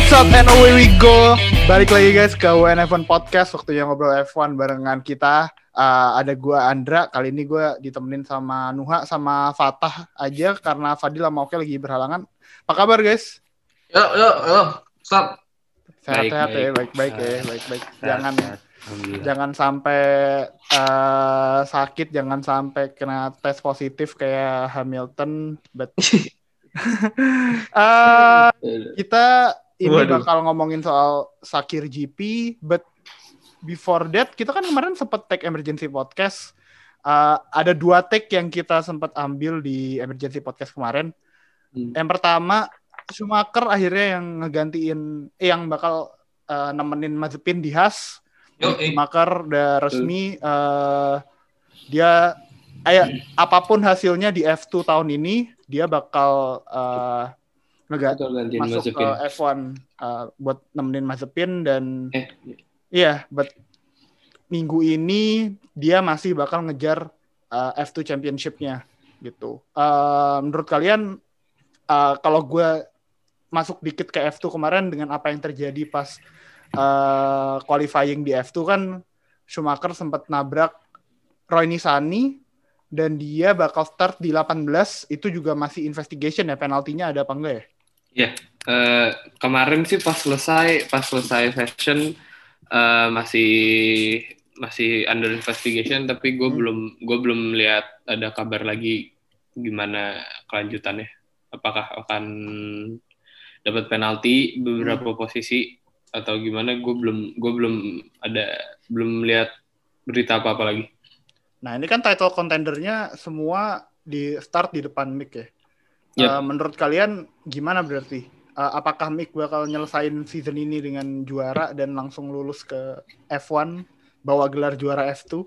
What's up and away we go. Balik lagi guys ke WNF1 Podcast. Waktunya ngobrol F1 barengan kita. Ada gue Andra. Kali ini gue ditemenin sama Nuha sama Fatah aja karena Fadil sama Oke lagi berhalangan. Apa kabar guys? Yo, stop. Sehat-sehat ya, baik-baik ya, baik-baik. Jangan sampai sakit, jangan sampai kena tes positif kayak Hamilton. But kita ini bakal ngomongin soal Sakir GP, but before that kita kan kemarin sempat take emergency podcast. Ada 2 take yang kita sempat ambil di emergency podcast kemarin. Yang pertama, Schumacher akhirnya yang ngegantiin, yang bakal nemenin Mazepin di Haas. Schumacher udah resmi, dia apapun hasilnya di F2 tahun ini, dia bakal masuk ke F1 buat nemenin Mazepin dan but minggu ini dia masih bakal ngejar F2 Championship-nya gitu. Menurut kalian kalau gue masuk dikit ke F2 kemarin dengan apa yang terjadi pas qualifying di F2 kan Schumacher sempat nabrak Roy Nissany dan dia bakal start di 18, itu juga masih investigation ya, penaltinya ada apa enggak ya? Iya, kemarin sih pas selesai session masih under investigation, tapi gue belum lihat ada kabar lagi gimana kelanjutannya. Apakah akan dapat penalti beberapa posisi atau gimana? Gue belum lihat berita apa lagi. Nah ini kan title contendernya semua di start di depan Mick ya. Menurut kalian gimana berarti? Apakah Mick bakal nyelesain season ini dengan juara dan langsung lulus ke F1, bawa gelar juara F2?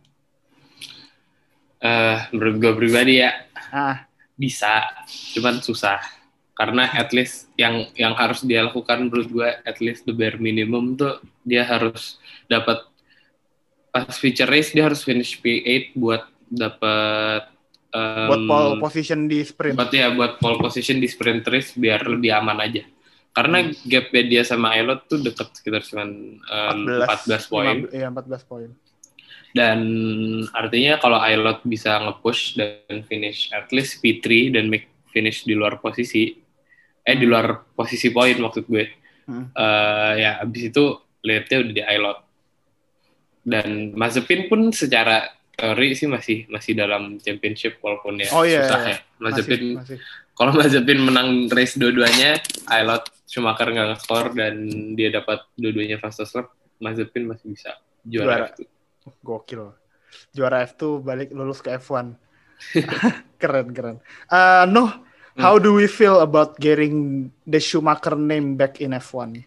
Menurut gue pribadi ya, bisa, cuman susah. Karena at least yang harus dia lakukan menurut gue, at least the bare minimum tuh dia harus dapat pas feature race, dia harus finish P8 buat dapat buat pole position di sprint. Buat pole position di sprint race biar lebih aman aja. Karena gap dia sama Aylot tuh dekat sekitar cuman 14 poin. Iya, 14 poin. Dan artinya kalau Aylot bisa nge-push dan finish at least P3 dan make finish di luar posisi di luar posisi poin maksud gue. Ya abis itu lihatnya udah di Aylot. Dan Mazepin pun secara teori sih masih dalam championship walaupun ya susah ya. Mazepin kalau Mazepin menang race dua-duanya, Aylot Schumacher nggak nge-score dan dia dapat dua-duanya fastest lap, Mazepin masih bisa juara F2. Gokil. Juara F2 balik lulus ke F1. Keren. How do we feel about getting the Schumacher name back in F1?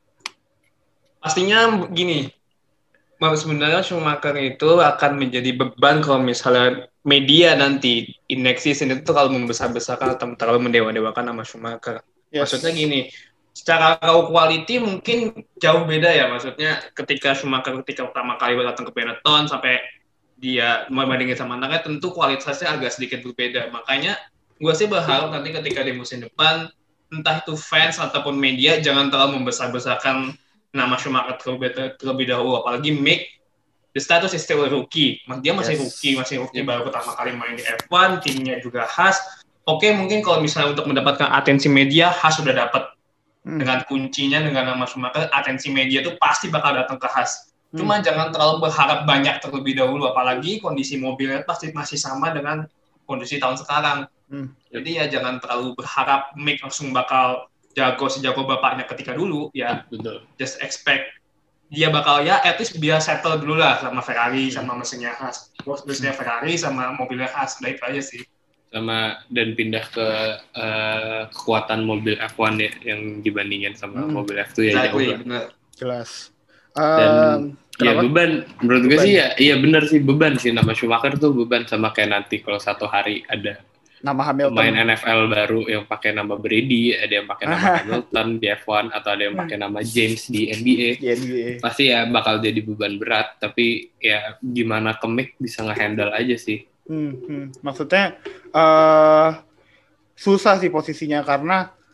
Pastinya gini. Sebenarnya Schumacher itu akan menjadi beban kalau misalnya media nanti in next season itu kalau membesar-besarkan atau terlalu mendewa-dewakan nama Schumacher. Yes. Maksudnya gini, secara raw quality mungkin jauh beda ya. Maksudnya ketika Schumacher pertama kali datang ke Benetton sampai dia membandingin sama anaknya, tentu kualitasnya agak sedikit berbeda. Makanya gue sih berharap nanti ketika di musim depan, entah itu fans ataupun media jangan terlalu membesar-besarkan nama Schumacher terlebih dahulu, apalagi Mick the status is still rookie, dia masih rookie baru pertama kali main di F1, timnya juga Haas. Oke, mungkin kalau misalnya untuk mendapatkan atensi media, Haas sudah dapat dengan kuncinya dengan nama Schumacher, atensi media tuh pasti bakal datang ke Haas. Cuma jangan terlalu berharap banyak terlebih dahulu, apalagi kondisi mobilnya pasti masih sama dengan kondisi tahun sekarang. Jadi ya jangan terlalu berharap Mick langsung bakal sejago bapaknya ketika dulu ya. Betul. Just expect dia bakal ya at least biar settle dulu lah sama Ferrari sama mesinnya Haas. Mesinnya Ferrari sama mobilnya Haas, udah itu aja sih. Sama dan pindah ke kekuatan mobil F1 ya, yang dibandingin sama mobil F2 ya jauh lah. Jelas. Dan ya beban menurut gue sih ya benar sih, beban sih nama Schumacher tuh beban, sama kayak nanti kalau satu hari ada nama Hamilton, pemain NFL baru yang pakai nama Brady, ada yang pakai nama Hamilton di F1 atau ada yang pakai nama James di NBA. Pasti ya bakal jadi beban berat, tapi ya gimana Mick bisa nge-handle aja sih. Maksudnya susah sih posisinya karena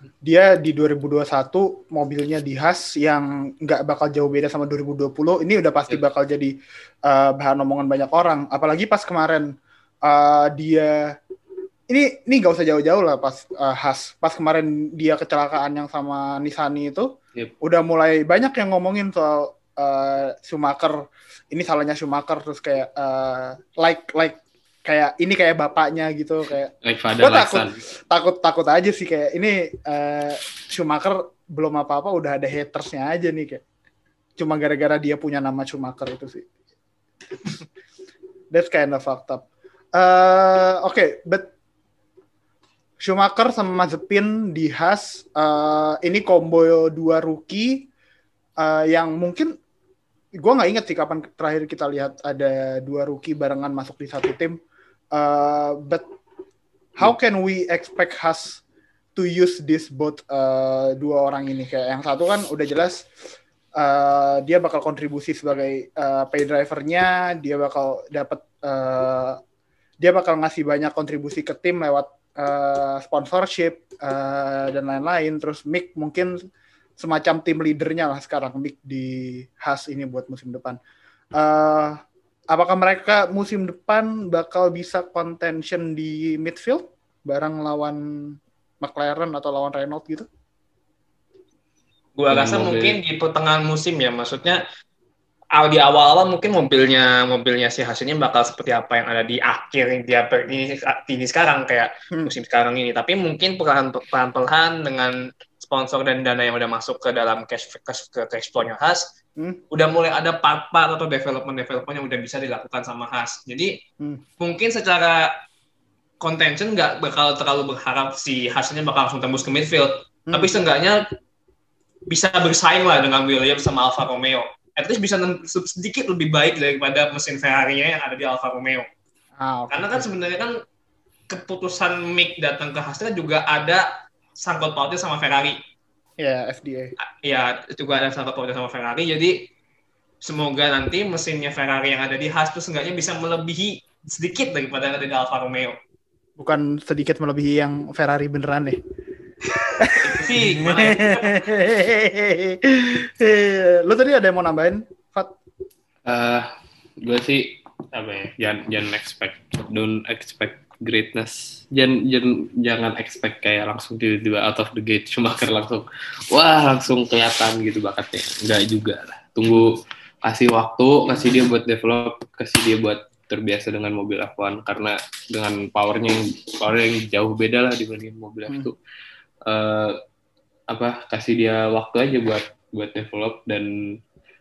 dia di 2021 mobilnya di Haas yang nggak bakal jauh beda sama 2020. Ini udah pasti bakal jadi bahan omongan banyak orang. Apalagi pas kemarin dia ini nggak usah jauh-jauh lah pas Haas. Pas kemarin dia kecelakaan yang sama Nissany itu, udah mulai banyak yang ngomongin soal Schumacher. Ini salahnya Schumacher, terus kayak kayak ini kayak bapaknya gitu, kayak gue takut aja sih, kayak ini Schumacher belum apa-apa udah ada hatersnya aja nih, kayak cuma gara-gara dia punya nama Schumacher itu sih. That's kind of fucked up. Okay, but Schumacher sama Mazepin di Haas, ini combo 2 rookie yang mungkin gue nggak inget sih kapan terakhir kita lihat ada 2 rookie barengan masuk di satu tim. But how can we expect Haas to use this both 2 orang ini? Kayak yang satu kan udah jelas dia bakal kontribusi sebagai pay drivernya, dia bakal ngasih banyak kontribusi ke tim lewat sponsorship dan lain-lain. Terus Mick mungkin semacam tim leadernya lah sekarang, Mick di Haas ini buat musim depan. Apakah mereka musim depan bakal bisa contention di midfield bareng lawan McLaren atau lawan Renault gitu? Gua rasa mungkin di pertengahan musim ya, maksudnya di awal-awal mungkin mobilnya si Haas ini bakal seperti apa yang ada di akhir ini sekarang, kayak musim sekarang ini. Tapi mungkin perlahan-lahan dengan sponsor dan dana yang udah masuk ke dalam cash flow-nya Haas, udah mulai ada part-part atau development yang udah bisa dilakukan sama Haas. Jadi mungkin secara contention nggak bakal terlalu berharap si Haas ini bakal langsung tembus ke midfield, tapi seenggaknya bisa bersaing lah dengan Williams sama Alfa Romeo. At least bisa sedikit lebih baik daripada mesin Ferrari-nya yang ada di Alfa Romeo. Karena kan sebenarnya kan keputusan Mick datang ke Haas kan juga ada sangkut pautnya sama Ferrari. Ya, FDA. Ya, juga ada sangkut pautnya sama Ferrari. Jadi semoga nanti mesinnya Ferrari yang ada di Haas itu seenggaknya bisa melebihi sedikit daripada yang ada di Alfa Romeo. Bukan sedikit melebihi yang Ferrari beneran deh. Sih, gimana ya? Lu tadi ada yang mau nambahin, Fat? Gue sih jangan don't expect greatness. Jangan expect kayak langsung tiba-tiba out of the gate Schumacher langsung kelihatan gitu bakatnya. Enggak juga lah. Tunggu, kasih waktu, kasih dia buat develop, kasih dia buat terbiasa dengan mobil F1, karena dengan powernya yang jauh beda lah dibanding mobil F2. Kasih dia waktu aja buat develop dan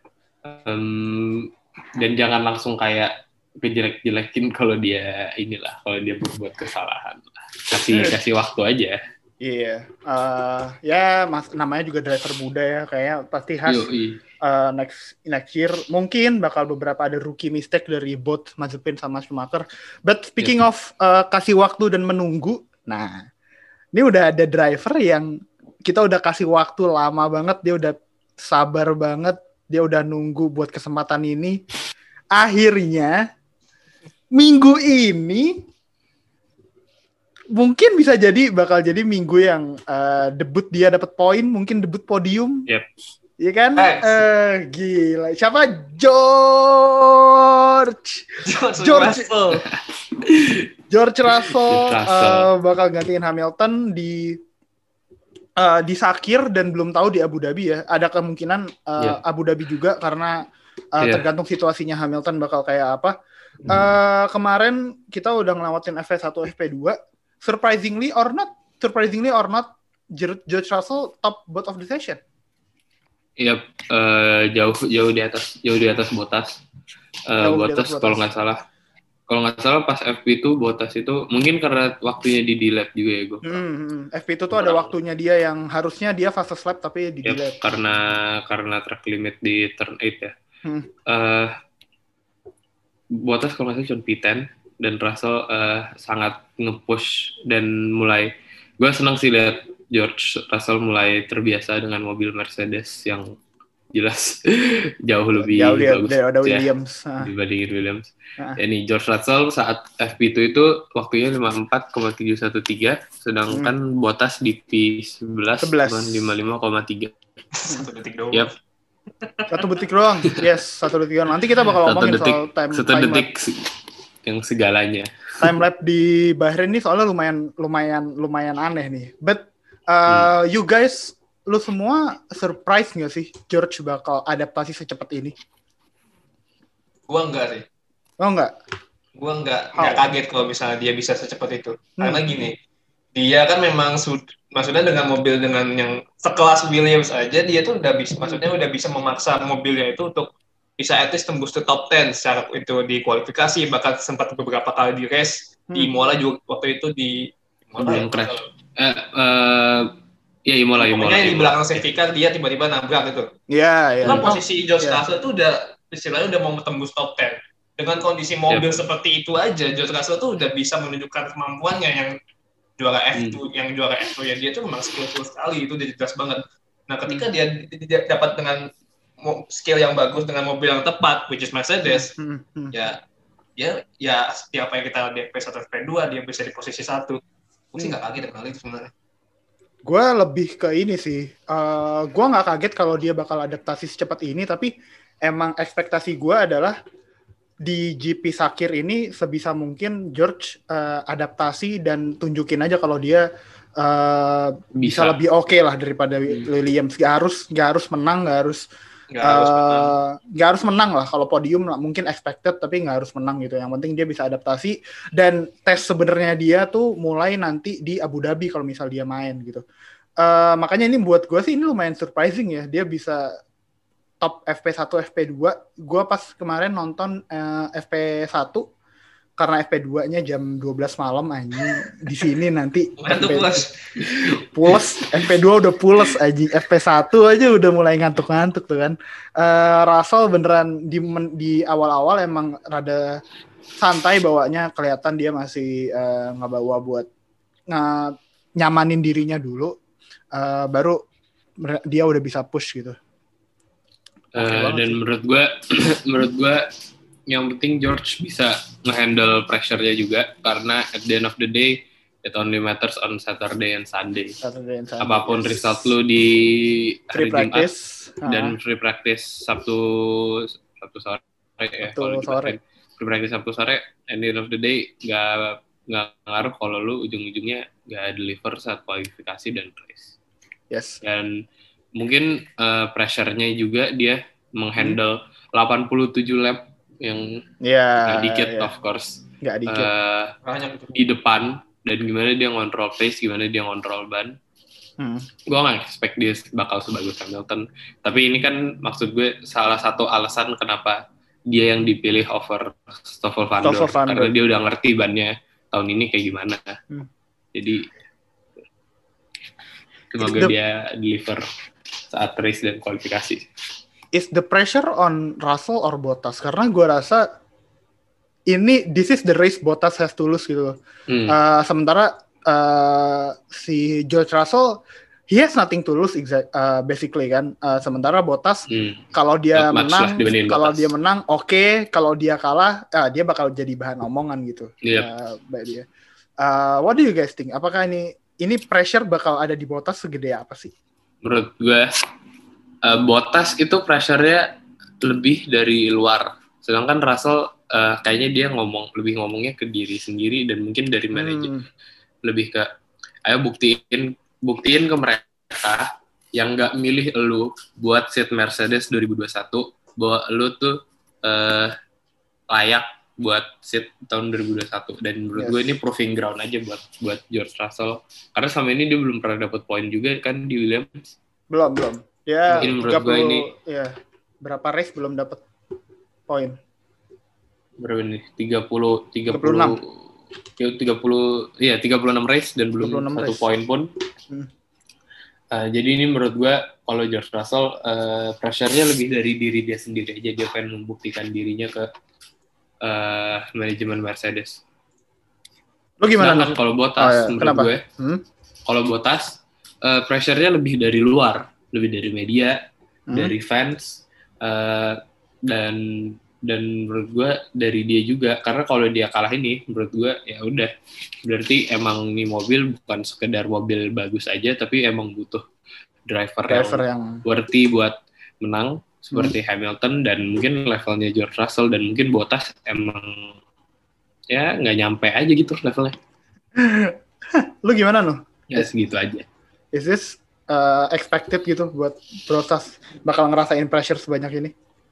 jangan langsung kayak jelek-jelekin kalau dia berbuat kesalahan. Kasih waktu aja. Iya, namanya juga driver muda ya, kayaknya pasti Haas next year mungkin bakal beberapa ada rookie mistake dari both Mazepin sama Schumacher. But speaking of kasih waktu dan menunggu, nah ini udah ada driver yang kita udah kasih waktu lama banget, dia udah sabar banget, dia udah nunggu buat kesempatan ini. Akhirnya minggu ini mungkin bakal jadi minggu yang debut dia dapat poin, mungkin debut podium. Yep. Iya kan? Gila. Siapa? George Russell bakal gantiin Hamilton di Sakir dan belum tahu di Abu Dhabi ya. Ada kemungkinan Abu Dhabi juga karena tergantung situasinya Hamilton bakal kayak apa. Kemarin kita udah ngelewatin FP1, FP2. Surprisingly or not, George Russell top both of the session. Iya, jauh di atas Bottas. Bottas kalau nggak salah pas FP itu Bottas itu mungkin karena waktunya di delete juga ya gue. FP itu tuh ada waktunya dia yang harusnya dia fastest lap tapi di delete. Karena track limit di turn 8 ya. Bottas kalau nggak salah cuma P10 dan Russell sangat nge-push dan mulai, gue senang sih lihat George Russell mulai terbiasa dengan mobil Mercedes yang jelas jauh lebih bagus ada Williams dibandingin Williams. Ya nih George Russell saat FP2 itu waktunya 54,713, sedangkan Bottas di P11 cuma 55,3. 1 detik doang. Yap. 1 detik doang. Yes, 1 detik doang. Nanti kita bakal ngomongin soal time 1 detik yang segalanya. Time lap di Bahrain ini soalnya lumayan aneh nih. But you guys, lu semua surprise nggak sih George bakal adaptasi secepat ini? Gua enggak sih. Oh enggak? Gua enggak kaget kalau misalnya dia bisa secepat itu. Karena gini, dia kan memang maksudnya dengan mobil dengan yang sekelas Williams aja dia tuh udah bisa memaksa mobilnya itu untuk bisa at least tembus ke top 10 secara itu di kualifikasi, bahkan sempat beberapa kali di race di Imola juga waktu itu di belum crash. Ya Imola. Pokoknya di belakang safety car dia tiba-tiba nabrak gitu. Iya. Kan posisi George Russell tuh istilahnya udah mau tembus top 10. Dengan kondisi mobil seperti itu aja, George Russell tuh udah bisa menunjukkan kemampuannya yang juara F2, ya dia tuh memang skillful sekali, itu udah jelas banget. Nah, ketika dia dapat dengan skill yang bagus dengan mobil yang tepat, which is Mercedes, ya setiap apa yang kita lihat di FP1 FP2 dia bisa di posisi 1. Gue sih nggak kaget dengan itu sebenarnya. Gue lebih ke ini sih. Gue nggak kaget kalau dia bakal adaptasi secepat ini, tapi emang ekspektasi gue adalah di GP Sakir ini sebisa mungkin George adaptasi dan tunjukin aja kalau dia bisa lebih oke lah daripada Williams. Gak harus menang, gak harus menang lah. Kalau podium mungkin expected, tapi gak harus menang gitu. Yang penting dia bisa adaptasi, dan tes sebenarnya dia tuh mulai nanti di Abu Dhabi kalau misal dia main gitu. Makanya ini buat gue sih ini lumayan surprising ya, dia bisa top FP1, FP2. Gue pas kemarin nonton FP1 karena FP2-nya jam 12 malam anjing. Di sini nanti pules. FP2 udah pules anjing. FP1 aja udah mulai ngantuk-ngantuk tuh kan. Russell beneran di awal-awal emang rada santai bawanya, kelihatan dia masih ngebawa buat nyamanin dirinya dulu. Baru dia udah bisa push gitu. Dan menurut gue yang penting George bisa nge-handle pressure-nya juga, karena at the end of the day it only matters on Saturday and Sunday. Apapun result lu di hari Jumat dan free practice Sabtu sore ya. Free practice Sabtu sore, at the end of the day nggak ngaruh kalau lu ujung-ujungnya nggak deliver saat kualifikasi dan race. Yes. Dan mungkin pressure-nya juga dia menghandle 87 lap yang nggak dikit, of course. Nggak dikit. Di depan, dan gimana dia ngontrol pace, gimana dia ngontrol ban. Gue nggak expect dia bakal sebagus Hamilton. Tapi ini kan maksud gue salah satu alasan kenapa dia yang dipilih over Stoffel Vandoorne. Karena dia udah ngerti bannya tahun ini kayak gimana. Jadi semoga dia deliver saat race dan kualifikasi. Is the pressure on Russell or Bottas? Karena gue rasa this is the race Bottas has to lose gitu. Sementara si George Russell, he has nothing to lose basically kan. Sementara Bottas kalau dia menang, oke. Kalau dia kalah, dia bakal jadi bahan omongan gitu. Dia. What do you guys think? Apakah ini pressure bakal ada di Bottas segede apa sih? Menurut gue Bottas itu pressure-nya lebih dari luar, sedangkan Russell kayaknya dia lebih ngomongnya ke diri sendiri dan mungkin dari manajer, lebih ke ayo buktiin ke mereka yang nggak milih lu buat seat Mercedes 2021 bahwa lu tuh layak buat seat tahun 2021. Dan menurut gue ini proving ground aja buat George Russell, karena selama ini dia belum pernah dapat poin juga kan di Williams. Belum. Ya, menurut gue ini berapa race belum dapat poin? Berapa nih? 36 race dan belum satu poin pun. Jadi ini menurut gue kalau George Russell pressure-nya lebih dari diri dia sendiri aja, dia pengen membuktikan dirinya ke manajemen Mercedes. Lo gimana? Sedangkan kalau Bottas menurut gue, kalau Bottas pressure-nya lebih dari luar, lebih dari media, dari fans, dan menurut gue dari dia juga, karena kalau dia kalah ini menurut gue ya udah berarti emang nih mobil bukan sekedar mobil bagus aja, tapi emang butuh driver yang worthy buat menang seperti Hamilton, dan mungkin levelnya George Russell, dan mungkin Bottas emang ya nggak nyampe aja gitu levelnya. Lu gimana Nuh? Ya segitu aja. Is this expected gitu buat Bottas bakal ngerasain pressure sebanyak ini?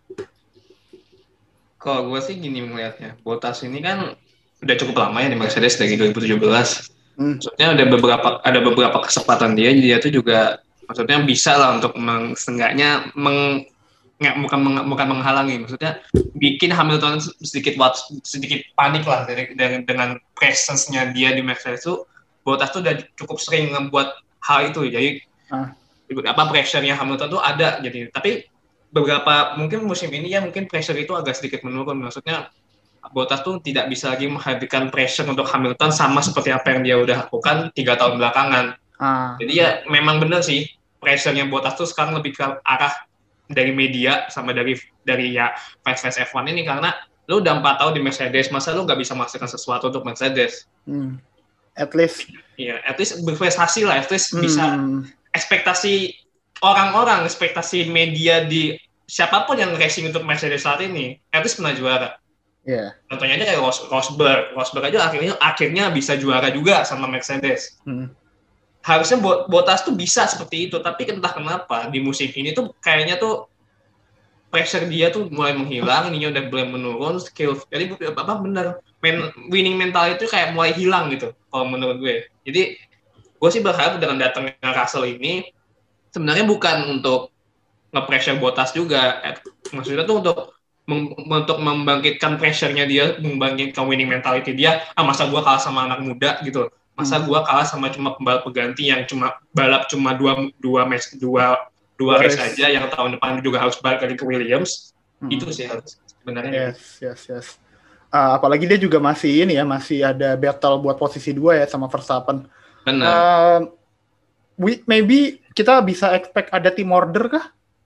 Kalau gue sih gini melihatnya, Bottas ini kan udah cukup lama ya di Mercedes dari 2017. Maksudnya ada beberapa kesempatan dia tuh juga maksudnya bisa lah untuk setengahnya bukan menghalangi, maksudnya bikin Hamilton sedikit panik lah dengan presence-nya dia di Mercedes tuh. Bottas tuh udah cukup sering ngebuat hal itu, jadi pressure-nya Hamilton tuh ada, jadi tapi beberapa mungkin musim ini ya mungkin pressure itu agak sedikit menurun, maksudnya Bottas tuh tidak bisa lagi menghadirkan pressure untuk Hamilton sama seperti apa yang dia udah lakukan 3 tahun belakangan. Jadi ya memang benar sih pressure-nya Bottas tuh sekarang lebih ke arah dari media sama dari ya fans F1 ini, karena lu udah 4 tahun di Mercedes, masa lu nggak bisa menghasilkan sesuatu untuk Mercedes? At least berprestasi lah, at least bisa ekspektasi orang-orang, ekspektasi media di siapapun yang racing untuk Mercedes saat ini, at least pernah juara. Contohnya aja kayak Rosberg aja akhirnya bisa juara juga sama Mercedes. Harusnya Bottas tuh bisa seperti itu, tapi entah kenapa di musim ini tuh kayaknya tuh pressure dia tuh mulai menghilang, ininya udah mulai menurun, skill, jadi benar winning mental itu kayak mulai hilang gitu kalau menurut gue. Jadi gue sih berharap dengan datangnya Russell ini sebenarnya bukan untuk nge-pressure Bottas juga, maksudnya tuh untuk membangkitkan pressure-nya dia, membangkitkan winning mentality dia. Masa gue kalah sama anak muda gitu, masa gue kalah sama cuma pembalap pengganti yang balap cuma dua race aja, yang tahun depan juga harus balik lagi ke Williams. Itu sih harus sebenarnya. Yes. Apalagi dia juga masih masih ada battle buat posisi 2 ya sama Verstappen. Benar. Maybe kita bisa expect ada team order kah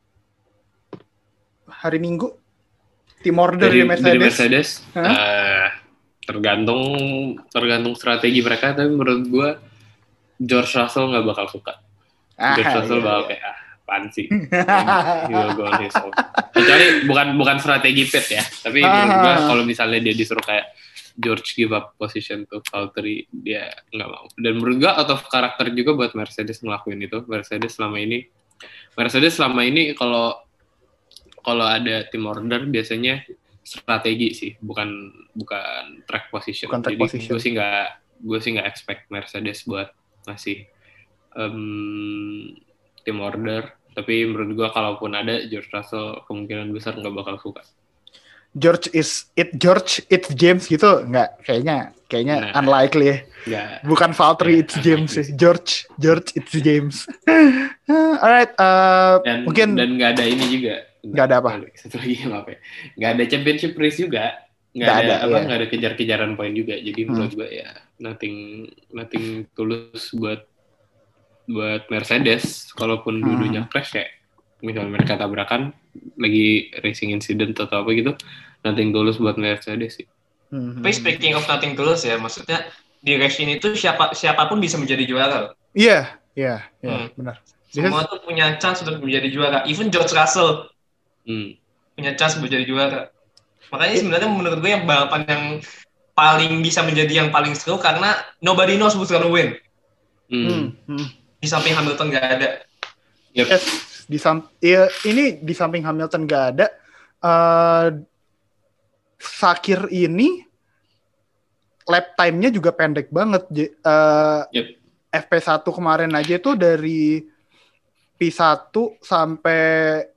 hari Minggu? Team order dari Mercedes? Tergantung strategi mereka, tapi menurut gue George Russell nggak bakal suka. George Russell bakal kayak apaan sih? Kecuali bukan strategi pit ya, tapi menurut gue kalau misalnya dia disuruh kayak George give up position to Valtteri, dia nggak mau. Dan menurut gue out of karakter juga buat Mercedes ngelakuin itu. Mercedes selama ini kalau ada team order biasanya strategi sih, bukan track position. Jadi gue sih nggak expect Mercedes buat ngasih team order. Tapi menurut gue kalaupun ada, George Russell kemungkinan besar nggak bakal suka. George it's James gitu nggak, kayaknya unlikely ya. Bukan Valtteri it's James sih. George it's James. Alright, mungkin dan nggak ada ini juga. Nggak ada apa? Satu lagi maaf ya. Nggak ada championship race juga. Nggak ada kejar-kejaran poin juga. Jadi menurut gue ya nothing tulus buat Mercedes. Kalaupun dulunya crash kayak misalnya mereka tabrakan lagi racing incident atau apa gitu, nothing tulus buat Mercedes sih. Tapi speaking of nothing tulus ya, maksudnya di race ini tuh siapapun bisa menjadi juara. Iya, benar. Semua tuh punya chance untuk menjadi juara. Even George Russell punya chance menjadi juara. Makanya sebenarnya menurut gue yang balapan yang paling bisa menjadi yang paling seru karena nobody knows who's gonna win. Di samping Hamilton nggak ada. Yep. Yes. Di samping Hamilton nggak ada, Sakir ini lap time-nya juga pendek banget. FP1 kemarin aja tuh dari P1 sampai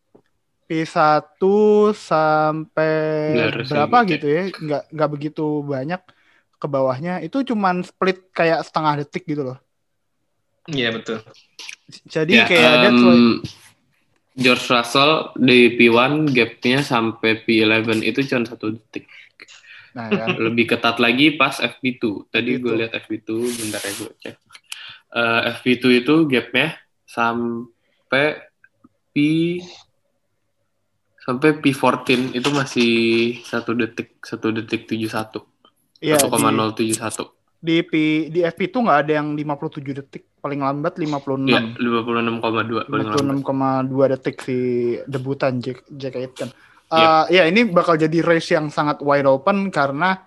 berapa gitu ya, nggak begitu banyak ke bawahnya. Itu cuman split kayak setengah detik gitu loh. Iya betul. Jadi kayak ada George Russell di P1 gapnya sampai P11 itu cuma 1 detik. Nah, ya. Lebih ketat lagi pas FP2. Tadi gue lihat FP2, bentar ya gue cek. FP2 itu gapnya sampai sampai P14 itu masih 1 detik 71. Iya, 1,071. Di FP itu nggak ada yang 57 detik, paling lambat 56. Iya, 56,2 paling lambat. 56,2 detik si debutan Jack Aitken. Ya ini bakal jadi race yang sangat wide open karena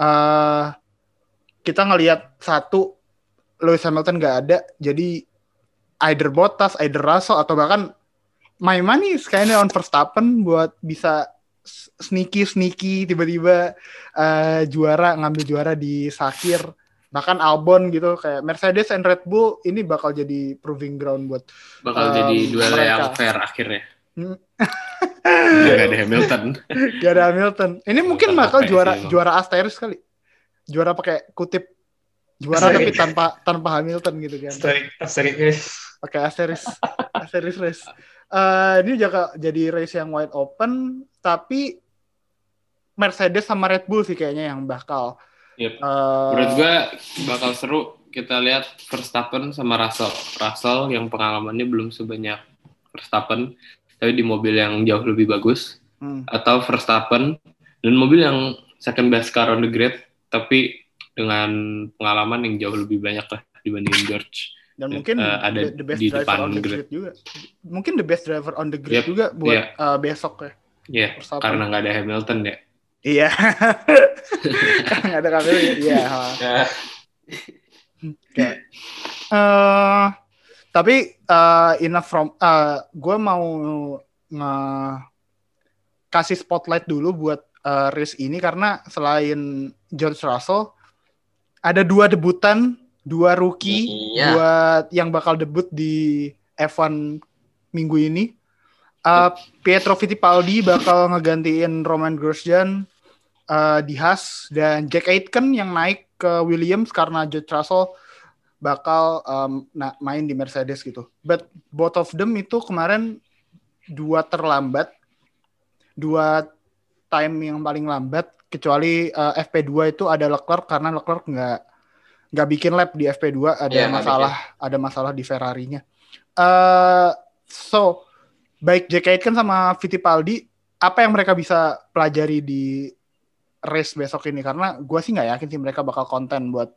kita ngelihat satu Lewis Hamilton nggak ada, jadi either Bottas, either Russell, atau bahkan my money is kinda on Verstappen buat bisa sneaky tiba-tiba ngambil juara di Sakir, bahkan Albon gitu. Kayak Mercedes and Red Bull ini bakal jadi proving ground buat jadi duel yang fair akhirnya. Gak ada Hamilton. Ini mungkin bakal juara asterisk kali, juara pakai kutip juara tapi tanpa Hamilton gitu kan. Asterisk. Pakai asterisk race. Ini juga jadi race yang wide open, tapi Mercedes sama Red Bull sih kayaknya yang bakal. Yep. Menurut gue bakal seru. Kita lihat Verstappen sama Russell yang pengalamannya belum sebanyak Verstappen, tapi di mobil yang jauh lebih bagus. Atau Verstappen dan mobil yang second best car on the grid, tapi dengan pengalaman yang jauh lebih banyak lah dibandingin George. Dan mungkin ada the best di driver depan on the grid juga. Mungkin the best driver on the grid juga buat besok ya. Iya, karena nggak ada Hamilton ya. Iya. Karena nggak ada Hamilton. Iya. Tapi enough from gue mau kasih spotlight dulu buat race ini karena selain George Russell ada 2 debutan, 2 rookie buat yang bakal debut di F1 minggu ini. Pietro Fittipaldi bakal ngegantiin Romain Grosjean di Haas, dan Jack Aitken yang naik ke Williams karena George Russell bakal main di Mercedes gitu. But both of them itu kemarin 2 terlambat, 2 time yang paling lambat, kecuali FP2 itu ada Leclerc karena Leclerc nggak bikin lap di FP2, ada masalah di Ferrari-nya. So baik Jack Aitken sama Fittipaldi, apa yang mereka bisa pelajari di race besok ini? Karena gue sih nggak yakin sih mereka bakal konten buat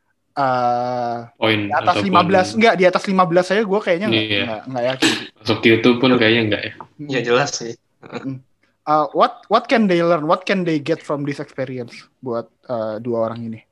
poin di atas 15, enggak di atas 15 saya gue kayaknya nggak yakin. Masuk YouTube pun kayaknya enggak ya. Ya jelas sih. What can they learn? What can they get from this experience buat 2 orang ini?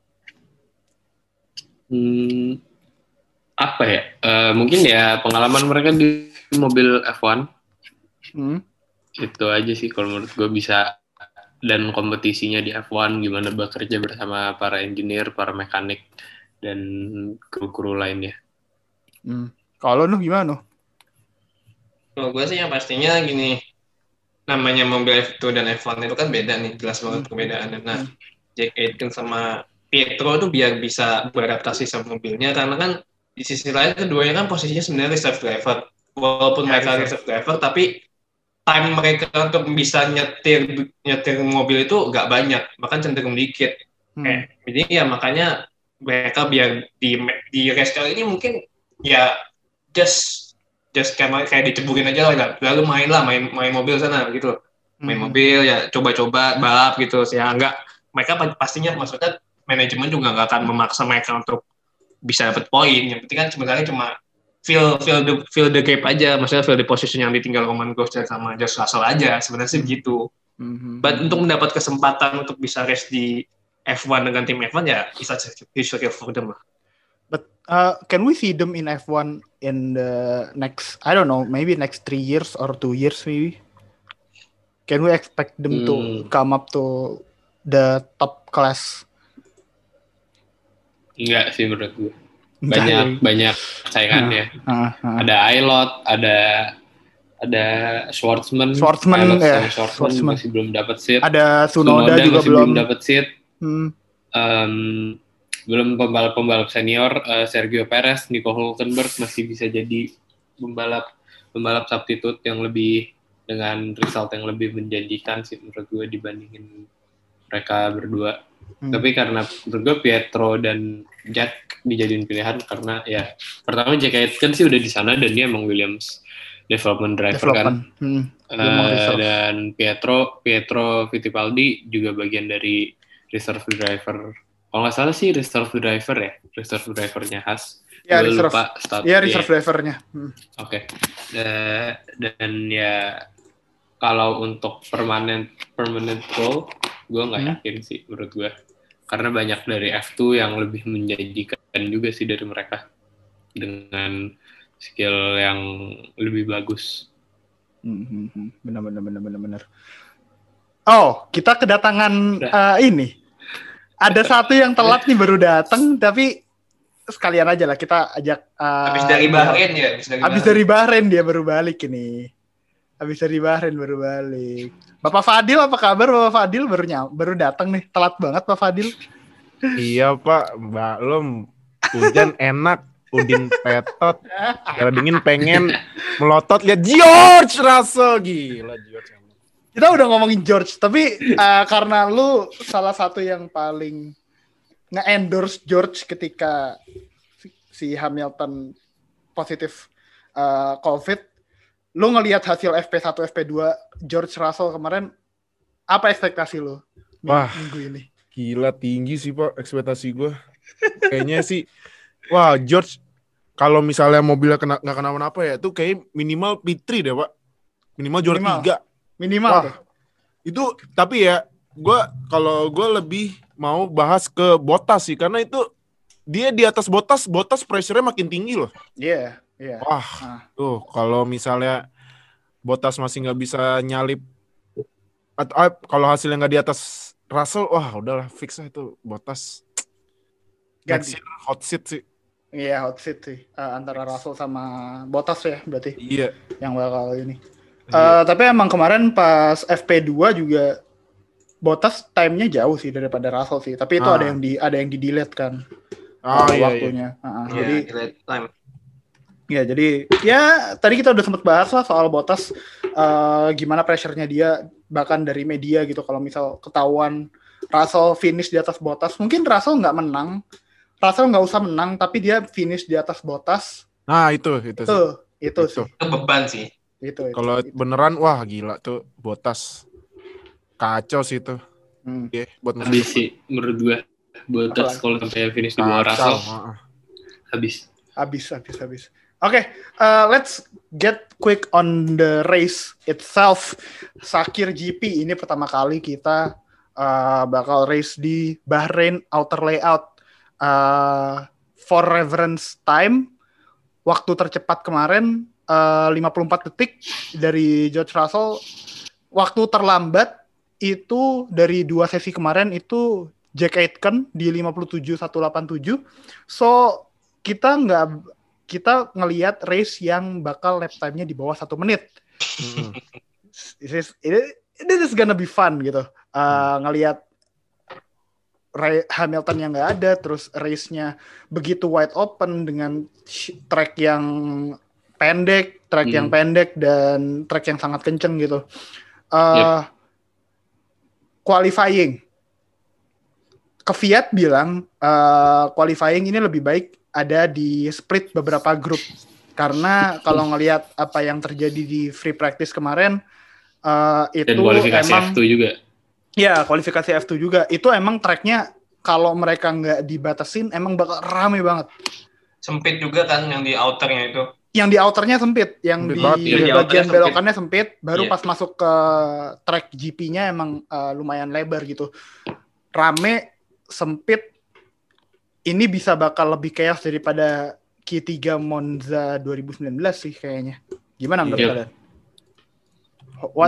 Apa ya? Mungkin ya pengalaman mereka di mobil F1. Itu aja sih kalau menurut gue bisa, dan kompetisinya di F1 gimana bekerja bersama para engineer, para mekanik dan kru-kru lainnya. Kalau Nuh gimana Nuh? Kalau gue sih yang pastinya gini, namanya mobil F2 dan F1 itu kan beda nih, jelas banget perbedaannya. Nah, Jack Aitken sama Pietro tuh biar bisa beradaptasi sama mobilnya, karena kan di sisi lain keduanya kan posisinya sebenarnya reserve driver. Walaupun mereka reserve driver, tapi time mereka untuk bisa nyetir mobil itu nggak banyak, bahkan cenderung dikit. Jadi ya makanya mereka biar di race kali ini mungkin ya just kayak diceburin aja lah, lalu main mobil sana gitu. Main mobil ya coba-coba balap gitu. Ya enggak, mereka pastinya maksudnya manajemen juga nggak akan memaksa mereka untuk bisa dapat poin. Yang penting kan sebenarnya cuma feel the gap aja, maksudnya feel the position yang ditinggal Romain Grosjean sama George Russell aja, sebenarnya sih begitu. But untuk mendapat kesempatan untuk bisa race di F1 dengan tim F1 ya it's a for them lah. But can we see them in F1 in the next, I don't know, maybe next 3 years or 2 years maybe? Can we expect them to come up to the top class? Enggak sih menurut gue. Banyak saingannya. Ada Aylot, ada Schwartzman masih belum dapat seat. Ada Tsunoda juga belum dapat seat. Belum pembalap senior, Sergio Perez, Nico Hülkenberg masih bisa jadi pembalap substitute yang lebih dengan result yang lebih menjanjikan sih menurut gue dibandingin mereka berdua. Tapi karena menurut gue Pietro dan Jack dijadiin pilihan karena ya pertama Jack Aitken sih udah di sana dan dia emang Williams development driver kan. Dan Pietro Fittipaldi juga bagian dari reserve driver. Kalau nggak salah sih reserve drivernya Haas. Ya, gue reserve. lupa Ya, reserve drivernya. Oke. Dan ya kalau untuk permanent role, gue nggak yakin sih menurut gue. Karena banyak dari F2 yang lebih menjanjikan juga sih dari mereka dengan skill yang lebih bagus. Benar. Oh, kita kedatangan ini. Ada satu yang telat nih baru datang, tapi sekalian aja lah kita ajak. Habis dari Bahrain ya. Habis dari Bahrain dia baru balik ini. Bapak Fadil, apa kabar Bapak Fadil? Baru datang nih, telat banget Pak Fadil. Iya Pak, belum. Hujan enak, Udin petot. Kalau dingin pengen melotot lihat George Russell, gila George. Kita udah ngomongin George, tapi karena lu salah satu yang paling nge-endorse George ketika si Hamilton positif COVID. Lu ngelihat hasil FP1, FP2 George Russell kemarin, apa ekspektasi lu minggu ini? Gila tinggi sih Pak ekspektasi gue. Kayaknya sih, wah George kalau misalnya mobilnya nggak kenapa-napa ya, tuh kayak minimal P3 deh Pak. Minimal juara 3. Minimal. Wah, itu tapi ya, kalau gue lebih mau bahas ke Bottas sih, karena itu dia di atas Bottas pressure-nya makin tinggi loh. Iya. Wah, tuh kalau misalnya Bottas masih nggak bisa nyalip, atau kalau hasilnya nggak di atas Russell, wah udahlah fix lah itu Bottas. Next year hot seat sih. Iya hot seat sih antara Russell sama Bottas ya berarti. Iya. Yang bakal ini. Tapi emang kemarin pas FP2 juga Bottas time-nya jauh sih daripada Russell sih. Tapi itu ada yang di delete kan waktunya. Jadi delete time. Ya, jadi ya tadi kita udah sempat bahas lah soal Bottas, gimana pressure-nya dia bahkan dari media gitu. Kalau misal ketahuan Russell finish di atas Bottas, mungkin Russell nggak usah menang, tapi dia finish di atas Bottas. Nah itu sih. Itu beban sih. Itu. Kalau beneran, wah gila tuh Bottas kacau sih itu. Buat habis sih menurut gue Bottas kalau sampai finish di bawah Russell habis. Okay, let's get quick on the race itself. Sakir GP ini pertama kali kita bakal race di Bahrain outer layout. For reference time, waktu tercepat kemarin 54 detik dari George Russell. Waktu terlambat itu dari 2 sesi kemarin itu Jack Aitken di 57.187. So kita ngelihat race yang bakal lap time-nya di bawah 1 menit. This is gonna be fun gitu. Ngelihat Hamilton yang nggak ada, terus race-nya begitu wide open dengan track yang pendek, dan track yang sangat kenceng gitu. Qualifying. Kvyat bilang qualifying ini lebih baik ada di split beberapa grup, karena kalau ngelihat apa yang terjadi di free practice kemarin itu dan kualifikasi emang F2 juga. Ya, kualifikasi F2 juga. Itu emang tracknya kalau mereka nggak dibatasin emang bakal rame banget. Sempit juga kan yang di outernya itu. Yang di outernya sempit, yang di bagian belokannya sempit. Baru pas masuk ke track GP-nya emang lumayan lebar gitu. Rame, sempit. Ini bisa bakal lebih chaos daripada Q3 Monza 2019 sih kayaknya. Gimana menurut kalian? What?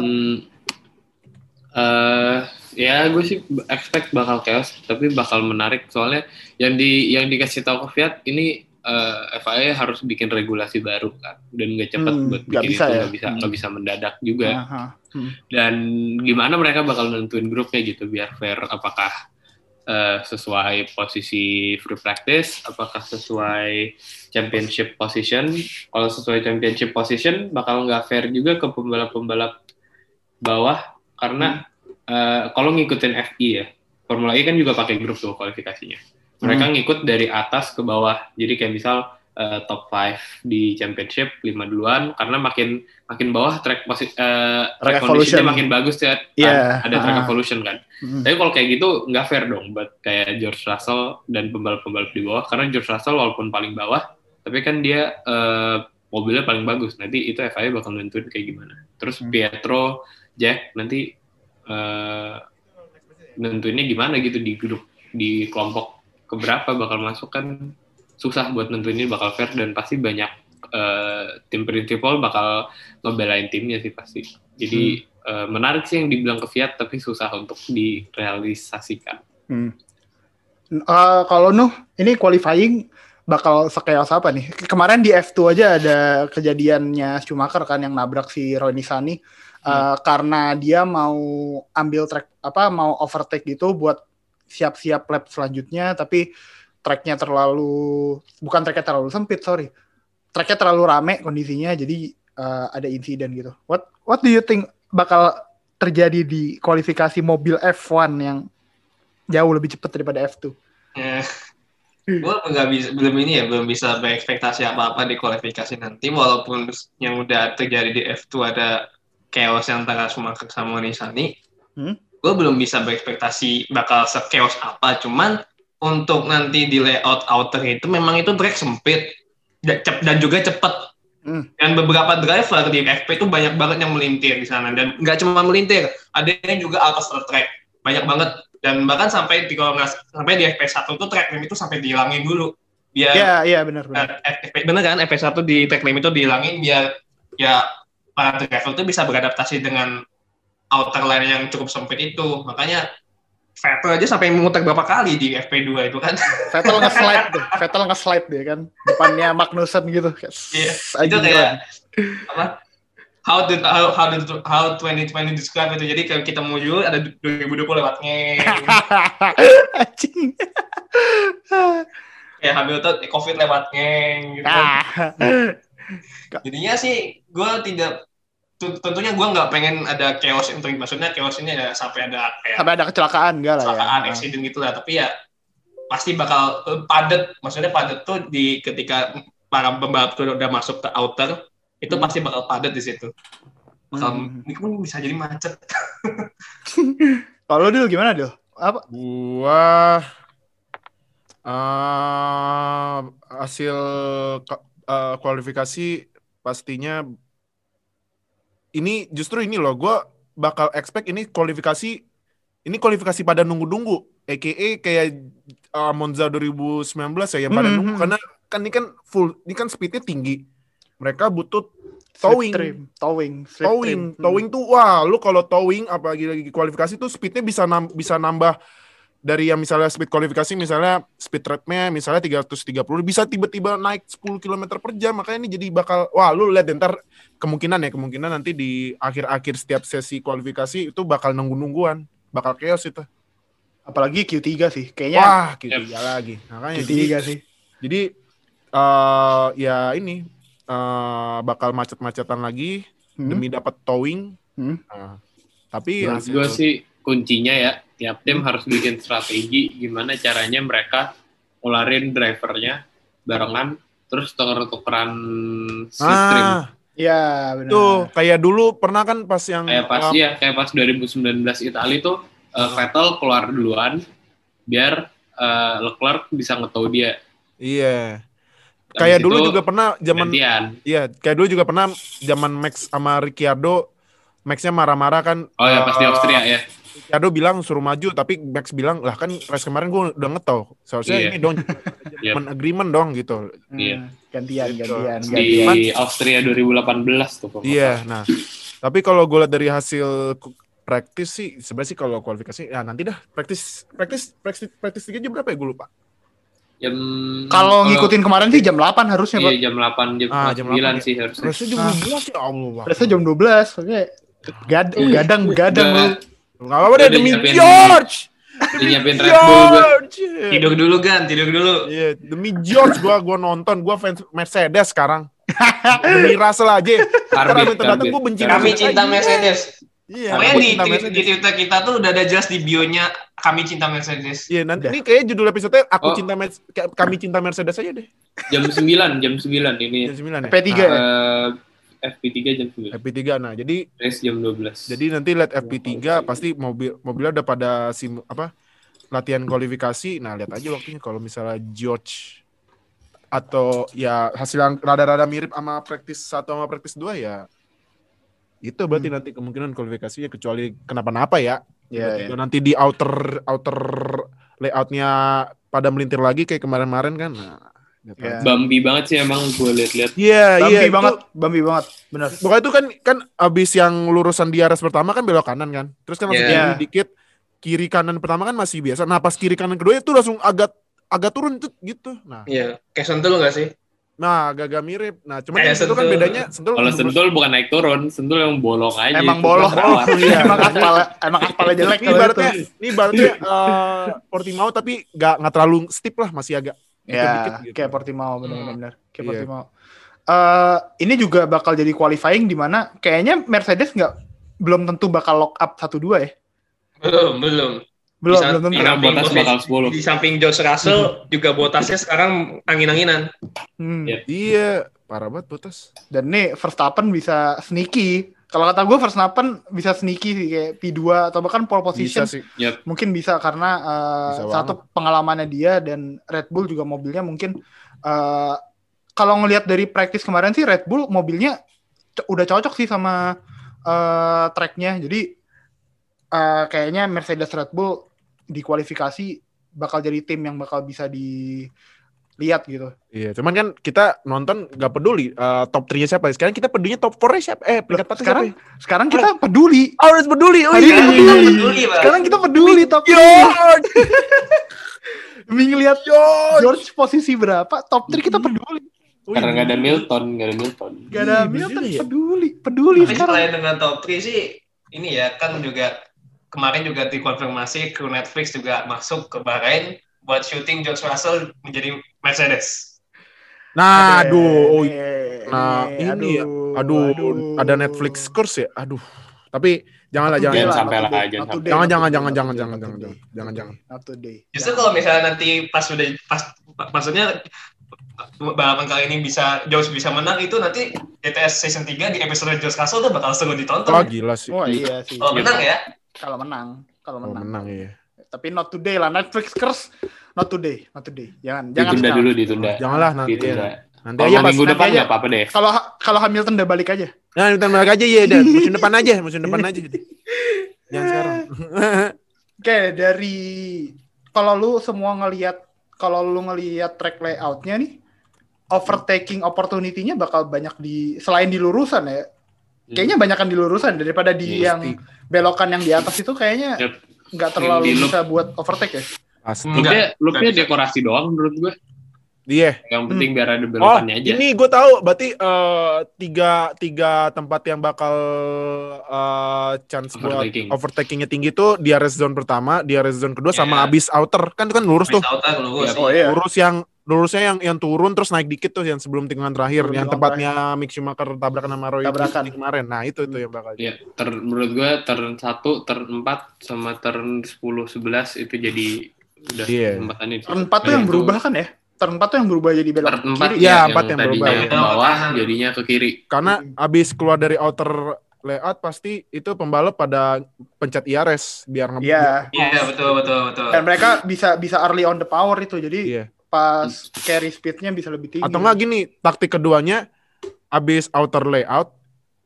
Ya gue sih expect bakal chaos, tapi bakal menarik soalnya yang dikasih tahu ke Fiat ini FIA harus bikin regulasi baru kan, dan nggak cepat buat bikin nggak bisa mendadak juga. Dan gimana mereka bakal nentuin grupnya gitu biar fair, apakah sesuai posisi free practice, apakah sesuai championship position. Kalau sesuai championship position bakal nggak fair juga ke pembalap-pembalap bawah, karena kalau ngikutin FI ya, Formula E kan juga pakai grup tuh kualifikasinya. Mereka ngikut dari atas ke bawah. Jadi kayak misal top 5 di championship 5 duluan karena makin bawah track conditionnya makin bagus ya. Ada track evolution kan. Tapi kalau kayak gitu nggak fair dong buat kayak George Russell dan pembalap-pembalap di bawah karena George Russell walaupun paling bawah tapi kan dia mobilnya paling bagus. Nanti itu FIA bakal nentuin kayak gimana. Terus Pietro, Jack nanti nentuinnya gimana gitu di grup, di kelompok keberapa bakal masuk kan susah buat nentuin ini bakal fair dan pasti banyak tim principal bakal ngebelain timnya sih pasti. Jadi menarik sih yang dibilang ke Fiat tapi susah untuk direalisasikan. Kalau Nuh, ini qualifying bakal sekeos apa nih? Kemarin di F2 aja ada kejadiannya Schumacher kan yang nabrak si Roy Nissany karena dia mau ambil track mau overtake gitu buat siap-siap lap selanjutnya tapi tracknya terlalu sempit, tracknya terlalu rame kondisinya jadi ada insiden gitu. What do you think bakal terjadi di kualifikasi mobil F1 yang jauh lebih cepat daripada F2? Gue belum bisa berekspektasi apa-apa di kualifikasi nanti walaupun yang udah terjadi di F2 ada chaos antara Schumacher sama Nissany. Gue belum bisa berekspektasi bakal se-chaos apa, cuman untuk nanti di layout outer itu memang itu track sempit dan juga cepat. Dan beberapa driver di FP itu banyak banget yang melintir di sana dan nggak cuma melintir, ada yang juga atas track banyak banget dan bahkan sampai di FP1 tuh track limit itu sampai dihilangin dulu biar benar kan FP1 di track limit itu dihilangin biar ya para driver tuh bisa beradaptasi dengan outer line yang cukup sempit itu. Makanya Vettel aja sampai memutar berapa kali di FP2 itu kan. Vettel nge-slide deh kan. Depannya Magnussen gitu. Iya. Itu kayak apa? How 2020 describe itu. Jadi kalau kita menuju ada 2020 lewatnya. Anjing. Kayak Hamilton COVID lewatnya gitu. Jadinya sih gue tidak tentunya gue nggak pengen ada chaos yang maksudnya chaos ini ada sampai ada kecelakaan enggak lah kecelakaan accident gitu lah, tapi ya pasti bakal padat, maksudnya padat tuh di ketika para pembalap tuh udah masuk ke outer itu pasti bakal padat di situ, ini pun bisa jadi macet. Kalau Dil gimana Dil? Apa? Gua hasil kualifikasi pastinya ini justru ini loh, gue bakal expect ini kualifikasi pada nunggu-nunggu, a.k.a. kayak Monza 2019 ya yang pada nunggu karena kan ini kan speednya tinggi, mereka butuh towing tuh wah lu kalau towing apalagi lagi kualifikasi tuh speednya bisa nambah dari yang misalnya speed kualifikasi misalnya speed trapnya misalnya 330 bisa tiba-tiba naik 10 km per jam, makanya ini jadi bakal lu lihat ntar kemungkinan nanti di akhir-akhir setiap sesi kualifikasi itu bakal nunggu-nungguan, bakal chaos itu. Apalagi Q3 sih kayaknya. Wah, Q3 lagi. Makanya Q3 sih. Jadi ya ini bakal macet-macetan lagi demi dapat towing. Tapi menurut gue sih kuncinya ya tiap tim harus bikin strategi gimana caranya mereka ngularin drivernya barengan terus tuker-tukeran sistem. Iya benar. Tuh kayak dulu pernah kan pas yang kayak pas 2019 Italia tuh Vettel keluar duluan biar Leclerc bisa nge-tow dia. Iya. Kayak dulu juga pernah zaman kayak dulu juga pernah zaman Max sama Ricciardo, Max-nya marah-marah kan. Oh ya pas di Austria ya. Ricciardo bilang suruh maju tapi Max bilang lah kan race kemarin gue udah nge-tow. Seharusnya ini dong agreement dong gitu. Iya. Gantian. Di Austria 2018 tuh. Iya, nah. Tapi kalau gue lihat dari hasil praktis sih, sebenarnya sih kalau kualifikasi, ya nanti dah praktis 3 jam berapa ya gue lupa. Kalau ngikutin kemarin sih jam 8 harusnya Pak. Iya jam 8, jam 9 sih harusnya. Harusnya jam 12 ya Allah. Harusnya jam 12, oke. Begadang lu. Gak apa-apa deh demi George. Nyiapin Red Bull tidur dulu. Iya, demi George gua nonton, gua fans Mercedes sekarang. Demi Russell aja. Karena datang gua benci. Kami cinta Mercedes. Iya. Pokoknya di Twitter kita tuh udah ada jelas di bio-nya kami cinta Mercedes. Iya, nanti ini kayak judul episode-nya kami cinta Mercedes aja deh. Jam 9 ini. Jam 9 ya. FP3 ya. FP3 jam 9. FP3 nah, jadi race jam 12. Jadi nanti lihat FP3 pasti mobilnya udah pada latihan kualifikasi. Nah, lihat aja waktunya kalau misalnya George atau ya hasil yang rada-rada mirip sama practice 1 sama practice 2 ya. Itu berarti nanti kemungkinan kualifikasinya kecuali kenapa-napa ya. Iya. Nanti di outer layoutnya pada melintir lagi kayak kemarin-kemarin kan. Nah, Bambi banget sih emang gue lihat-lihat. Iya, Bambi banget, benar. Pokoknya itu kan abis yang lurusan DRS pertama kan belok kanan kan. Terus kan langsung kiri dikit, kiri kanan pertama kan masih biasa. Nah pas kiri kanan kedua itu langsung agak turun gitu. Nah. Iya, kayak Sentul nggak sih? Nah, agak mirip. Nah, cuman yang Sentul kan bedanya Sentul. Kalau Sentul bukan naik turun, Sentul yang bolong aja. Emang bolong. Iya. emang aspalnya jelek. Ini ibaratnya Portimao tapi nggak terlalu steep lah, masih agak. Ya, gitu. Kayak Portimao benar-benar. Kayak Portimao. Ini juga bakal jadi qualifying di mana kayaknya Mercedes belum tentu bakal lock up 1-2 ya. Belum tentu. Karena Bottas bakal 10. Di samping George Russell juga Bottasnya sekarang angin-anginan. Iya, parah banget Bottas. Dan nih Verstappen bisa sneaky. Kalau kata gue Verstappen bisa sneaky sih kayak P2 atau bahkan pole position. Bisa sih. Mungkin bisa karena satu pengalamannya dia dan Red Bull juga mobilnya mungkin kalau ngelihat dari practice kemarin sih Red Bull mobilnya udah cocok sih sama tracknya. Jadi kayaknya Mercedes Red Bull di kualifikasi bakal jadi tim yang bakal bisa dilihat gitu. Iya, cuman kan kita nonton gak peduli top 3-nya siapa. Sekarang kita pedulinya top 4-nya siapa? Peringkat 4 siapa? Sekarang kita peduli. Harus peduli. Oh iya. Sekarang kita peduli top 3. Demi ngeliat George posisi berapa, top 3 kita peduli. Karena gak ada Milton. Peduli tapi sekarang. selain dengan top 3 sih, ini ya kan juga kemarin juga dikonfirmasi kru Netflix juga masuk ke Bahrain buat syuting George Russell menjadi Mercedes. Nah, ada Netflix course ya. Aduh. Tapi jangan sampai lah. Jangan. Justru kalau misalnya nanti maksudnya balapan kali ini George bisa menang itu nanti DTS Season 3 di episode George Russell tuh bakal seru ditonton. Oh gila sih. Oh iya sih. Kalau menang ya. Kalau menang iya. Tapi not today lah, Netflix curse not today. Jangan ditunda. Janganlah nanti. Nanti aja minggu depan enggak apa-apa deh. Kalau Hamilton udah balik aja. Nah, Hamilton balik aja ya, musim depan aja. Jangan sekarang. Oke, dari kalau lu ngelihat track layoutnya nih, overtaking opportunity-nya bakal banyak selain di lurusan ya. Kayaknya banyakan di lurusan daripada di yang belokan yang di atas itu kayaknya nggak terlalu bisa buat overtake ya. Loopnya dekorasi doang menurut gue. Iya. Yang penting biar ada belokannya aja. Ini gue tahu berarti tiga tempat yang bakal chance buat overtakingnya tinggi tuh di DRS zone pertama, di DRS zone kedua sama abis outer kan itu kan lurus tuh. Lurusnya yang turun terus naik dikit tuh yang sebelum tikungan terakhir yang tempatnya Mick Schumacher tabrakan sama Roy kemarin. Nah, itu yang bakal. Iya, menurut gue turn 1, turn 4 sama turn 10 11 itu jadi udah tempatannya. Turn 4 tuh yang berubah kan ya? Turn 4 tuh yang berubah jadi belok kiri. Iya, 4 yang berubah. Ke bawah jadinya ke kiri. Karena abis keluar dari outer layout pasti itu pembalap pada pencet IRS biar Iya, betul. Dan mereka bisa early on the power itu. Jadi pas carry speed-nya bisa lebih tinggi. Atau enggak gini, taktik keduanya abis outer layout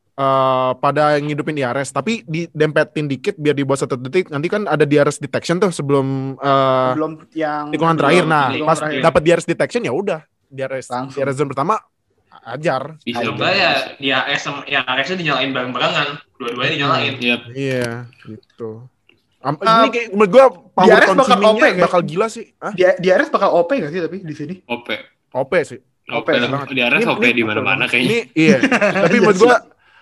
pada ngidupin DRS tapi didempetin dikit biar di bawah 1 detik. Nanti kan ada DRS detection tuh sebelum yang tikungan terakhir. Nah, pas dapat DRS detection ya udah DRS zone pertama ajar. Bisa enggak ya DRS-nya dinyalain bareng-barengan. Dua-duanya dinyalain. Iya, gitu. Ini kayak menurut gue power consuming-nya bakal gila sih. DRS bakal OP nggak sih tapi di sini? OP sih. OP banget. DRS OP di mana-mana kayaknya. Iya. Tapi menurut gue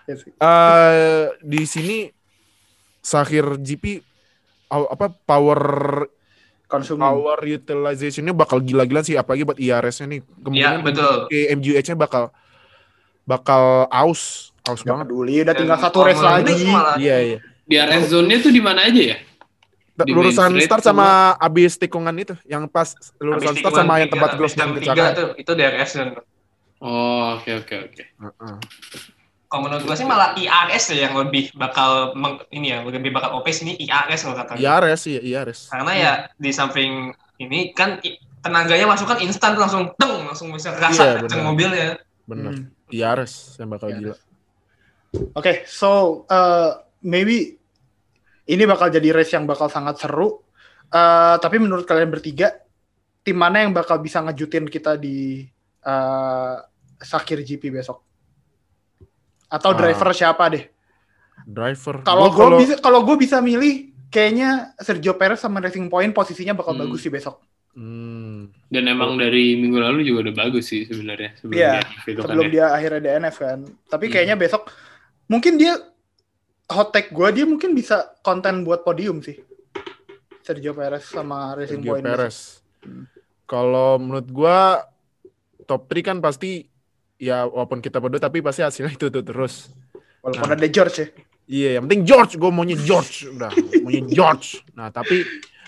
di sini Sakhir GP power utilization-nya bakal gila-gilaan sih apalagi buat IRS-nya nih. Kemudian MGUH-nya bakal aus banget. Udah tinggal satu race lagi. Iya. DRS zone-nya tuh di mana aja ya? Lurusan start sama abis tikungan itu, yang pas lurusan start sama yang tempat Grossman kecelakaan. Itu DRS zone. Oh, oke. Kalau menurut gue sih malah IRS yang lebih bakal lebih bakal OP sini IRS kalau kata gue. IRS. Karena ya di samping ini kan tenaganya masuk kan instan langsung bisa kerasa kenceng mobilnya. Bener. IRS yang bakal gila. Oke, so maybe ini bakal jadi race yang bakal sangat seru. Tapi menurut kalian bertiga, tim mana yang bakal bisa ngejutin kita di Sakir GP besok? Atau driver siapa deh? Driver. Kalau gue bisa milih, kayaknya Sergio Perez sama Racing Point posisinya bakal bagus sih besok. Dan emang dari minggu lalu juga udah bagus sih sebenarnya. Sebelum dia akhirnya DNF kan. Tapi kayaknya besok mungkin dia hot take gue, dia mungkin bisa konten buat podium sih. Sergio Perez sama Racing Point. Kalau menurut gue top 3 kan pasti ya walaupun kita berdua tapi pasti hasilnya itu terus. Walaupun ada George ya. Iya, yang penting George, gue maunya George. Nah, tapi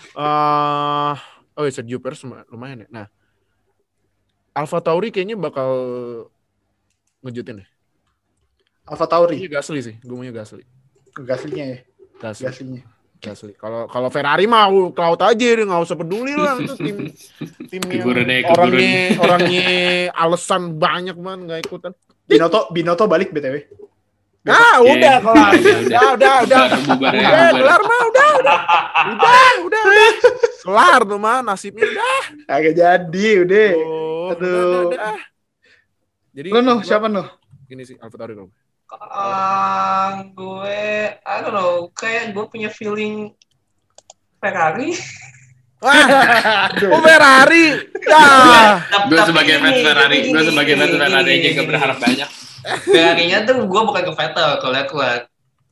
Sergio Perez lumayan ya. Nah, AlphaTauri kayaknya bakal ngejutin deh. AlphaTauri. Iya Gasly sih, gue maunya Gasly. Gasly-nya ya. Gasly. Kalau Ferrari mau ke laut aja, dia nggak usah peduli lah itu tim orangnya alasan banyak banget nggak ikutan. Binotto balik BTW. Udah kelar. Udah. Kelar mah udah. Kelar tuh mah nasibnya udah. Agak jadi udah. Aduh. Jadi siapa no? Gini sih AlphaTauri dong. Gue, I don't know, kayak gue punya feeling Ferrari. Ferrari. Gue sebagai fans Ferrari aja gak berharap banyak. Ferrari-nya tuh gue bukan ke Vettel, ke Leclerc.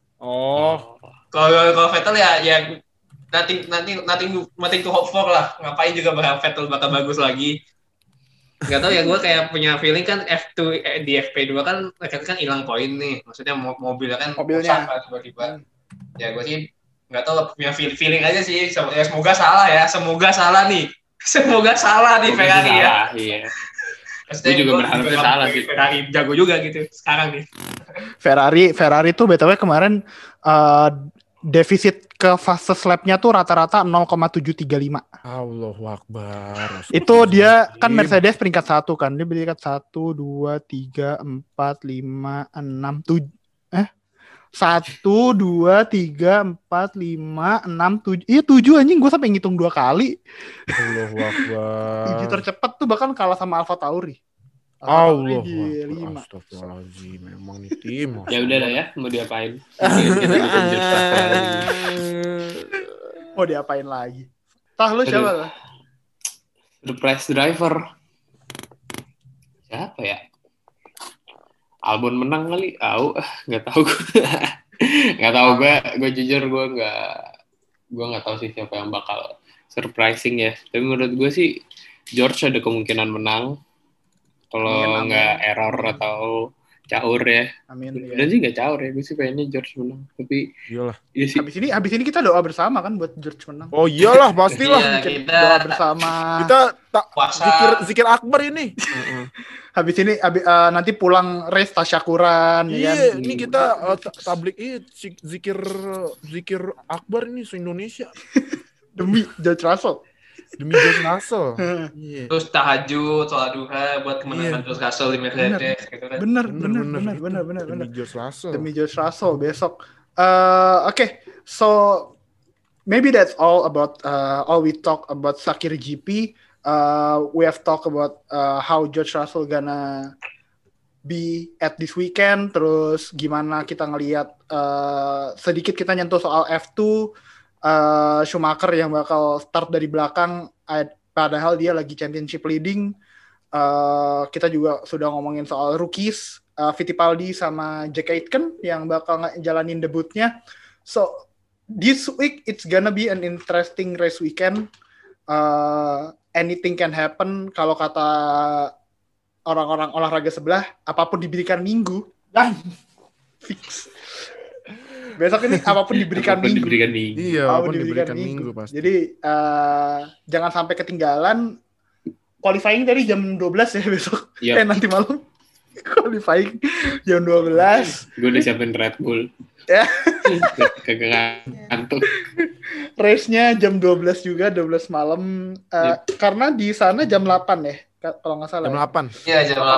Kalau Vettel ya nothing to hope for lah. Ngapain juga berharap Vettel bakal bagus lagi. Gak tau ya, gue kayak punya feeling kan F2 di FP2 kan Leclerc kan hilang poin nih, maksudnya mobilnya kan rusak kan tiba-tiba. Ya gue sih gak tau, punya feeling aja sih. Ya semoga salah nih Ferrari ya. Iya. Gue juga berharap salah sih. Ferrari jago juga gitu sekarang nih. Ferrari tuh BTW kemarin defisit ke fastest lap-nya tuh rata-rata 0,735. Allahu Akbar. Itu dia kan Mercedes peringkat 1 kan. Dia peringkat 1, 2, 3, 4, 5, 6, 7. 1, 2, 3, 4, 5, 6, 7. Iya 7 anjing, gue sampai ngitung 2 kali. Allahu Akbar. 7 tercepat tuh bahkan kalah sama AlphaTauri. Allah, astagfirullahaladzim, memang nih tim. Ya udah lah ya, mau diapain? Mau diapain lagi? Lu siapa? Surprise driver. Siapa ya? Albon menang kali? Nggak tahu gue. Nggak tahu gue jujur gue nggak tahu sih siapa yang bakal surprising ya. Tapi menurut gue sih George ada kemungkinan menang. Kalau nggak error atau caur ya. Amin. Dan sih nggak caur ya. Gue sih pengennya George menang. Tapi iyalah. Iya sih. Habis ini kita doa bersama kan buat George menang. Oh iyalah pastilah. Kita doa bersama. Kita zikir akbar ini. Habis ini nanti pulang race tasyakuran. Iya. Ini kita tablik zikir akbar ini se-Indonesia. Demi George Russell. Terus tahajud, sholat duha buat kemenangan George Russell di Mercedes gitu kan. Bener. Demi George Russell besok. Okay, so maybe that's all about all we talk about Sakir GP. We have talked about how George Russell gonna be at this weekend. Terus gimana kita ngelihat sedikit kita nyentuh soal F2. Schumacher yang bakal start dari belakang padahal dia lagi championship leading. Kita juga sudah ngomongin soal rookies, Fittipaldi sama Jack Aitken yang bakal jalanin debutnya. So this week it's gonna be an interesting race weekend. Anything can happen. Kalau kata orang-orang olahraga sebelah, apapun diberikan minggu dan fix. Besok ini apapun diberikan minggu. Iya, apapun diberikan minggu pasti. Jadi jangan sampai ketinggalan. Qualifying tadi jam 12 ya besok. Yep. Nanti malam. Qualifying jam 12. Gue udah siapin Red Bull. Ya. Kagak ngantuk. Race-nya jam 12 juga, 12 malam. Karena di sana jam 8 ya. Kalau nggak salah. Jam 8. Iya, jam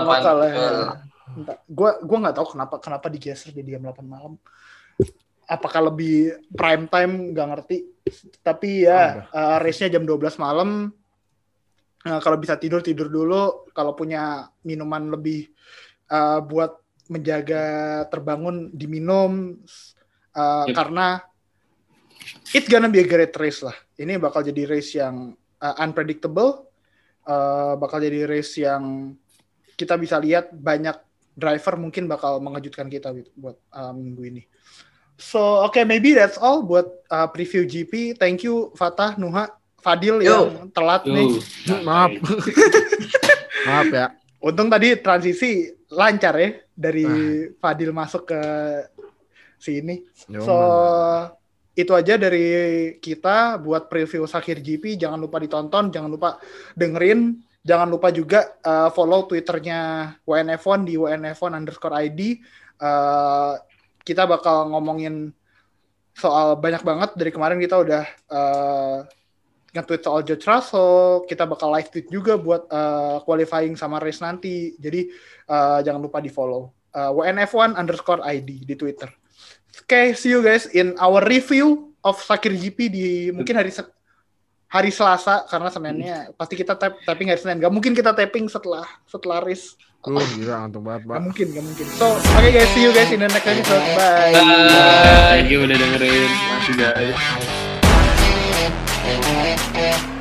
8. Gue nggak tahu kenapa digeser jadi jam 8 malam. Apakah lebih prime time, nggak ngerti. Tapi ya race-nya jam 12 malam. Kalau bisa tidur dulu. Kalau punya minuman lebih buat menjaga terbangun, diminum. Karena it's gonna be a great race lah. Ini bakal jadi race yang unpredictable. Bakal jadi race yang kita bisa lihat banyak driver mungkin bakal mengejutkan kita buat minggu ini. So, maybe that's all buat preview GP. Thank you Fatah, Nuha, Fadil yang telat nih. Maaf. Maaf ya. Untung tadi transisi lancar ya dari Fadil masuk ke sini. So, itu aja dari kita buat preview Sakhir GP. Jangan lupa ditonton, jangan lupa dengerin, jangan lupa juga follow Twitternya WNF1 di WNF1_ID. Kita bakal ngomongin soal banyak banget. Dari kemarin kita udah nge-tweet soal George Russell. Kita bakal live tweet juga buat qualifying sama race nanti. Jadi jangan lupa di follow WNF1_ID di Twitter. Okay, see you guys in our review of Sakhir GP di mungkin hari Selasa, karena Seninnya pasti kita tapping hari Senin. Gak mungkin kita tapping setelah race. Gila, ngantuk banget, Pak. Gak mungkin. So, okay guys, see you guys in the next episode. Bye. Thank you udah dengerin. Masih guys.